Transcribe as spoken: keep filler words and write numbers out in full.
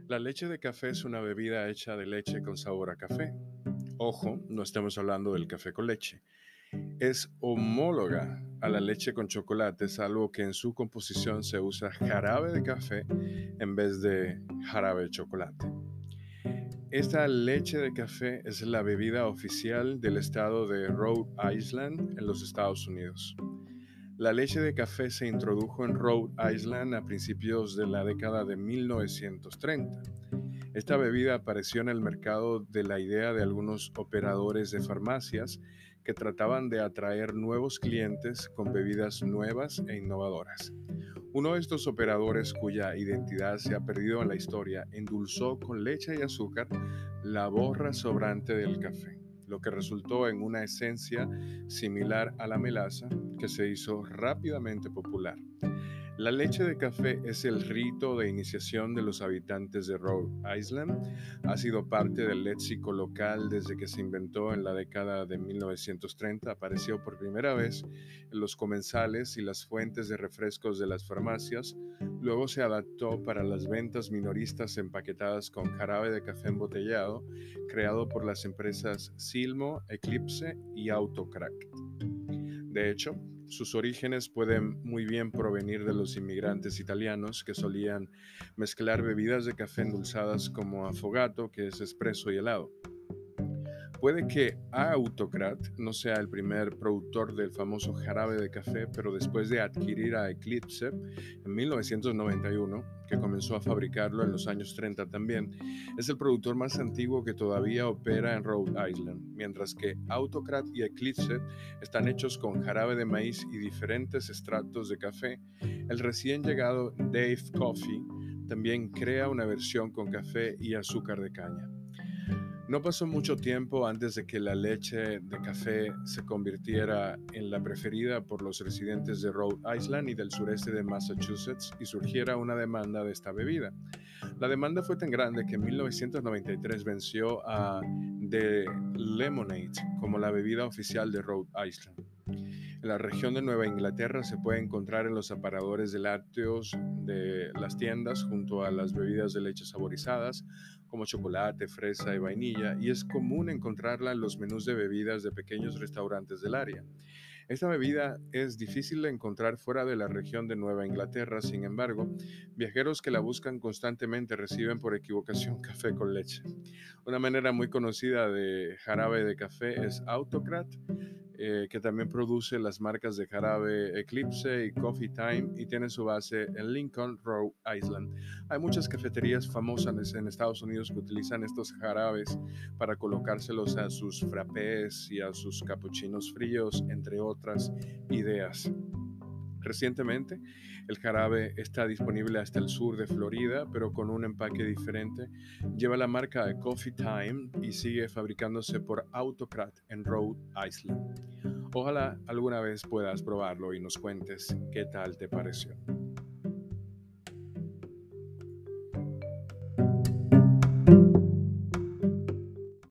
La leche de café es una bebida hecha de leche con sabor a café. Ojo, no estamos hablando del café con leche. Es homóloga a la leche con chocolate, salvo que en su composición se usa jarabe de café en vez de jarabe de chocolate. Esta leche de café es la bebida oficial del estado de Rhode Island en los Estados Unidos. La leche de café se introdujo en Rhode Island a principios de la década de mil novecientos treinta. Esta bebida apareció en el mercado de la idea de algunos operadores de farmacias que trataban de atraer nuevos clientes con bebidas nuevas e innovadoras. Uno de estos operadores, cuya identidad se ha perdido en la historia, endulzó con leche y azúcar la borra sobrante del café, lo que resultó en una esencia similar a la melaza que se hizo rápidamente popular. La leche de café es el rito de iniciación de los habitantes de Rhode Island. Ha sido parte del léxico local desde que se inventó en la década de mil novecientos treinta. Apareció por primera vez en los comensales y las fuentes de refrescos de las farmacias. Luego se adaptó para las ventas minoristas empaquetadas con jarabe de café embotellado, creado por las empresas Silmo, Eclipse y Autocrack. De hecho, sus orígenes pueden muy bien provenir de los inmigrantes italianos que solían mezclar bebidas de café endulzadas como affogato, que es espresso y helado. Puede que Autocrat no sea el primer productor del famoso jarabe de café, pero después de adquirir a Eclipse en mil novecientos noventa y uno, que comenzó a fabricarlo en los años treinta también, es el productor más antiguo que todavía opera en Rhode Island, mientras que Autocrat y Eclipse están hechos con jarabe de maíz y diferentes extractos de café. El recién llegado Dave Coffee también crea una versión con café y azúcar de caña. No pasó mucho tiempo antes de que la leche de café se convirtiera en la preferida por los residentes de Rhode Island y del sureste de Massachusetts y surgiera una demanda de esta bebida. La demanda fue tan grande que en mil novecientos noventa y tres venció a The Lemonade como la bebida oficial de Rhode Island. En la región de Nueva Inglaterra se puede encontrar en los aparadores de lácteos de las tiendas junto a las bebidas de leche saborizadas como chocolate, fresa y vainilla, y es común encontrarla en los menús de bebidas de pequeños restaurantes del área. Esta bebida es difícil de encontrar fuera de la región de Nueva Inglaterra. Sin embargo, viajeros que la buscan constantemente reciben por equivocación café con leche. Una manera muy conocida de jarabe de café es Autocrat, eh, que también produce las marcas de jarabe Eclipse y Coffee Time y tiene su base en Lincoln, Rhode Island. Hay muchas cafeterías famosas en Estados Unidos que utilizan estos jarabes para colocárselos a sus frappés y a sus capuchinos fríos, entre otras ideas. Recientemente, el jarabe está disponible hasta el sur de Florida, pero con un empaque diferente. Lleva la marca de Coffee Time y sigue fabricándose por Autocrat en Rhode Island. Ojalá alguna vez puedas probarlo y nos cuentes qué tal te pareció.